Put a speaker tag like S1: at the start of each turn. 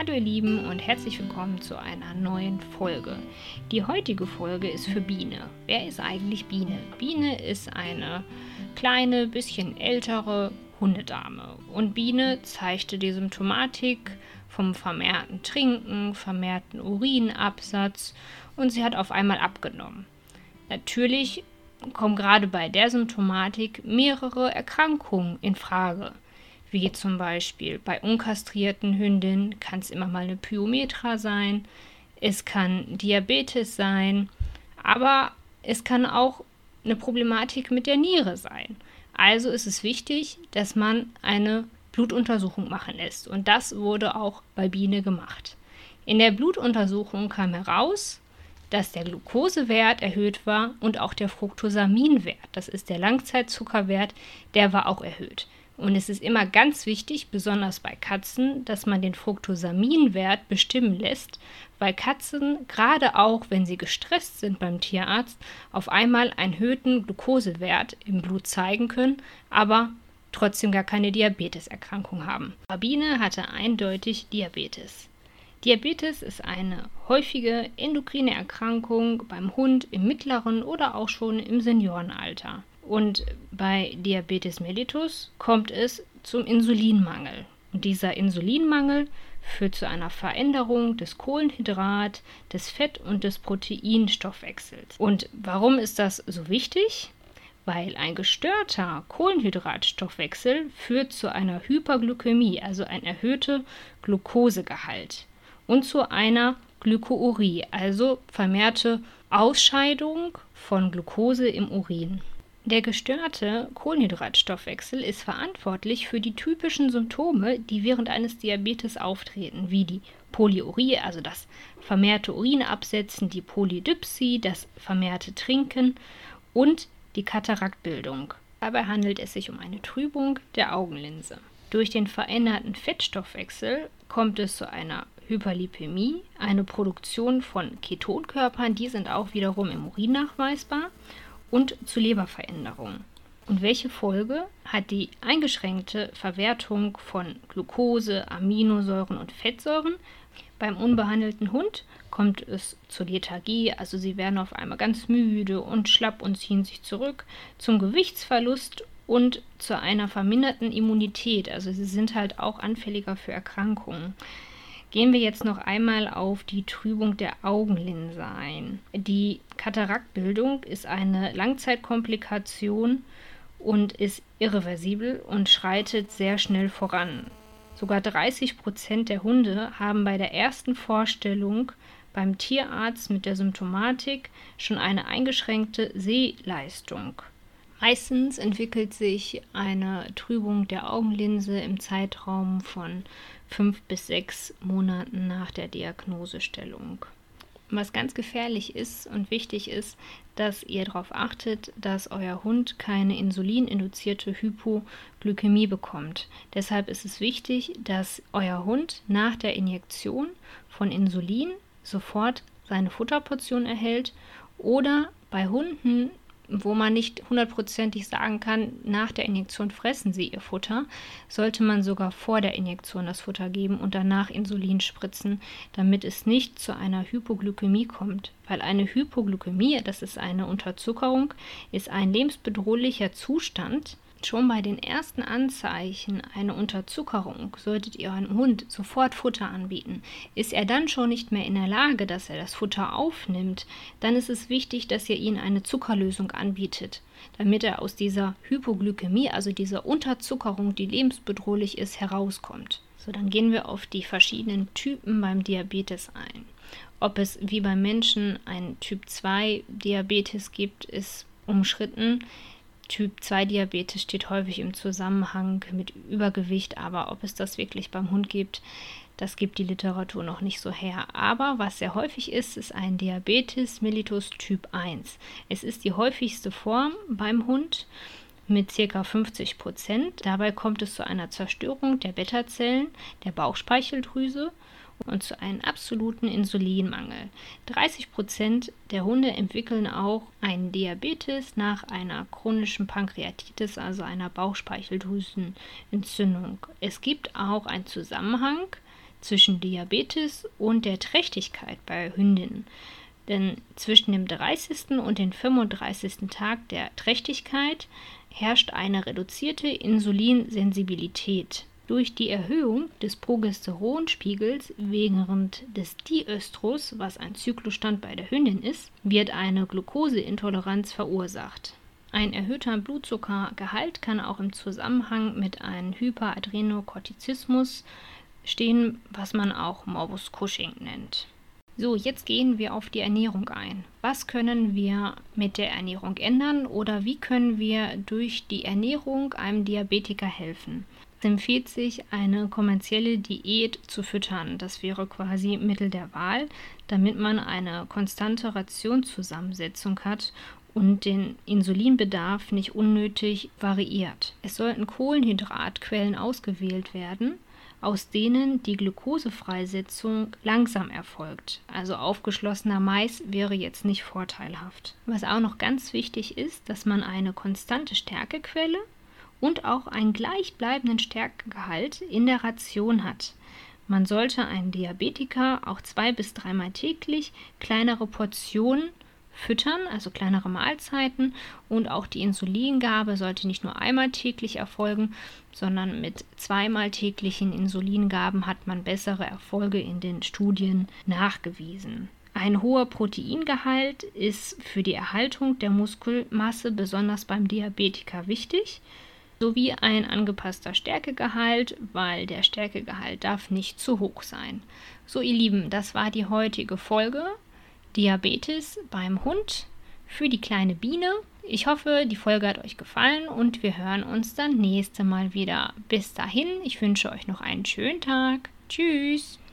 S1: Hallo ihr Lieben und herzlich willkommen zu einer neuen Folge. Die heutige Folge ist für Biene. Wer ist eigentlich Biene? Biene ist eine kleine, bisschen ältere Hundedame. Und Biene zeigte die Symptomatik vom vermehrten Trinken, vermehrten Urinabsatz und sie hat auf einmal abgenommen. Natürlich kommen gerade bei der Symptomatik mehrere Erkrankungen in Frage. Wie zum Beispiel bei unkastrierten Hündinnen kann es immer mal eine Pyometra sein, es kann Diabetes sein, aber es kann auch eine Problematik mit der Niere sein. Also ist es wichtig, dass man eine Blutuntersuchung machen lässt und das wurde auch bei Biene gemacht. In der Blutuntersuchung kam heraus, dass der Glukosewert erhöht war und auch der Fructosaminwert, das ist der Langzeitzuckerwert, der war auch erhöht. Und es ist immer ganz wichtig, besonders bei Katzen, dass man den Fructosaminwert bestimmen lässt, weil Katzen, gerade auch wenn sie gestresst sind beim Tierarzt, auf einmal einen erhöhten Glukosewert im Blut zeigen können, aber trotzdem gar keine Diabeteserkrankung haben. Biene hatte eindeutig Diabetes. Diabetes ist eine häufige endokrine Erkrankung beim Hund im mittleren oder auch schon im Seniorenalter. Und bei Diabetes mellitus kommt es zum Insulinmangel. Und dieser Insulinmangel führt zu einer Veränderung des Kohlenhydrat-, des Fett- und des Proteinstoffwechsels. Und warum ist das so wichtig? Weil ein gestörter Kohlenhydratstoffwechsel führt zu einer Hyperglykämie, also ein erhöhter Glukosegehalt, und zu einer Glykourie, also vermehrte Ausscheidung von Glukose im Urin. Der gestörte Kohlenhydratstoffwechsel ist verantwortlich für die typischen Symptome, die während eines Diabetes auftreten, wie die Polyurie, also das vermehrte Urinabsetzen, die Polydipsie, das vermehrte Trinken und die Kataraktbildung. Dabei handelt es sich um eine Trübung der Augenlinse. Durch den veränderten Fettstoffwechsel kommt es zu einer Hyperlipämie, eine Produktion von Ketonkörpern, die sind auch wiederum im Urin nachweisbar, und zu Leberveränderungen. Und welche Folge hat die eingeschränkte Verwertung von Glucose, Aminosäuren und Fettsäuren? Beim unbehandelten Hund kommt es zur Lethargie, also sie werden auf einmal ganz müde und schlapp und ziehen sich zurück, zum Gewichtsverlust und zu einer verminderten Immunität, also sie sind halt auch anfälliger für Erkrankungen. Gehen wir jetzt noch einmal auf die Trübung der Augenlinse ein. Die Kataraktbildung ist eine Langzeitkomplikation und ist irreversibel und schreitet sehr schnell voran. Sogar 30% der Hunde haben bei der ersten Vorstellung beim Tierarzt mit der Symptomatik schon eine eingeschränkte Sehleistung. Meistens entwickelt sich eine Trübung der Augenlinse im Zeitraum von 5 bis 6 Monaten nach der Diagnosestellung. Was ganz gefährlich ist und wichtig ist, dass ihr darauf achtet, dass euer Hund keine insulininduzierte Hypoglykämie bekommt. Deshalb ist es wichtig, dass euer Hund nach der Injektion von Insulin sofort seine Futterportion erhält oder bei Hunden, wo man nicht hundertprozentig sagen kann, nach der Injektion fressen sie ihr Futter, sollte man sogar vor der Injektion das Futter geben und danach Insulin spritzen, damit es nicht zu einer Hypoglykämie kommt. Weil eine Hypoglykämie, das ist eine Unterzuckerung, ist ein lebensbedrohlicher Zustand. Schon bei den ersten Anzeichen einer Unterzuckerung solltet ihr eurem Hund sofort Futter anbieten. Ist er dann schon nicht mehr in der Lage, dass er das Futter aufnimmt, dann ist es wichtig, dass ihr ihm eine Zuckerlösung anbietet, damit er aus dieser Hypoglykämie, also dieser Unterzuckerung, die lebensbedrohlich ist, herauskommt. So, dann gehen wir auf die verschiedenen Typen beim Diabetes ein. Ob es wie beim Menschen einen Typ 2 Diabetes gibt, ist umstritten. Typ 2 Diabetes steht häufig im Zusammenhang mit Übergewicht, aber ob es das wirklich beim Hund gibt, das gibt die Literatur noch nicht so her. Aber was sehr häufig ist, ist ein Diabetes mellitus Typ 1. Es ist die häufigste Form beim Hund mit ca. 50%. Dabei kommt es zu einer Zerstörung der Beta-Zellen der Bauchspeicheldrüse und zu einem absoluten Insulinmangel. 30% der Hunde entwickeln auch einen Diabetes nach einer chronischen Pankreatitis, also einer Bauchspeicheldrüsenentzündung. Es gibt auch einen Zusammenhang zwischen Diabetes und der Trächtigkeit bei Hündinnen. Denn zwischen dem 30. und dem 35. Tag der Trächtigkeit herrscht eine reduzierte Insulinsensibilität. Durch die Erhöhung des Progesteronspiegels während des Diöstrus, was ein Zyklusstand bei der Hündin ist, wird eine Glukoseintoleranz verursacht. Ein erhöhter Blutzuckergehalt kann auch im Zusammenhang mit einem Hyperadrenokortizismus stehen, was man auch Morbus Cushing nennt. So, jetzt gehen wir auf die Ernährung ein. Was können wir mit der Ernährung ändern oder wie können wir durch die Ernährung einem Diabetiker helfen? Es empfiehlt sich, eine kommerzielle Diät zu füttern. Das wäre quasi Mittel der Wahl, damit man eine konstante Rationszusammensetzung hat und den Insulinbedarf nicht unnötig variiert. Es sollten Kohlenhydratquellen ausgewählt werden, aus denen die Glukosefreisetzung langsam erfolgt. Also aufgeschlossener Mais wäre jetzt nicht vorteilhaft. Was auch noch ganz wichtig ist, dass man eine konstante Stärkequelle und auch einen gleichbleibenden Stärkegehalt in der Ration hat. Man sollte einen Diabetiker auch 2- bis 3-mal täglich kleinere Portionen füttern, also kleinere Mahlzeiten, und auch die Insulingabe sollte nicht nur einmal täglich erfolgen, sondern mit 2-mal täglichen Insulingaben hat man bessere Erfolge in den Studien nachgewiesen. Ein hoher Proteingehalt ist für die Erhaltung der Muskelmasse besonders beim Diabetiker wichtig, sowie ein angepasster Stärkegehalt, weil der Stärkegehalt darf nicht zu hoch sein. So, ihr Lieben, das war die heutige Folge Diabetes beim Hund für die kleine Biene. Ich hoffe, die Folge hat euch gefallen und wir hören uns dann nächste Mal wieder. Bis dahin, ich wünsche euch noch einen schönen Tag. Tschüss!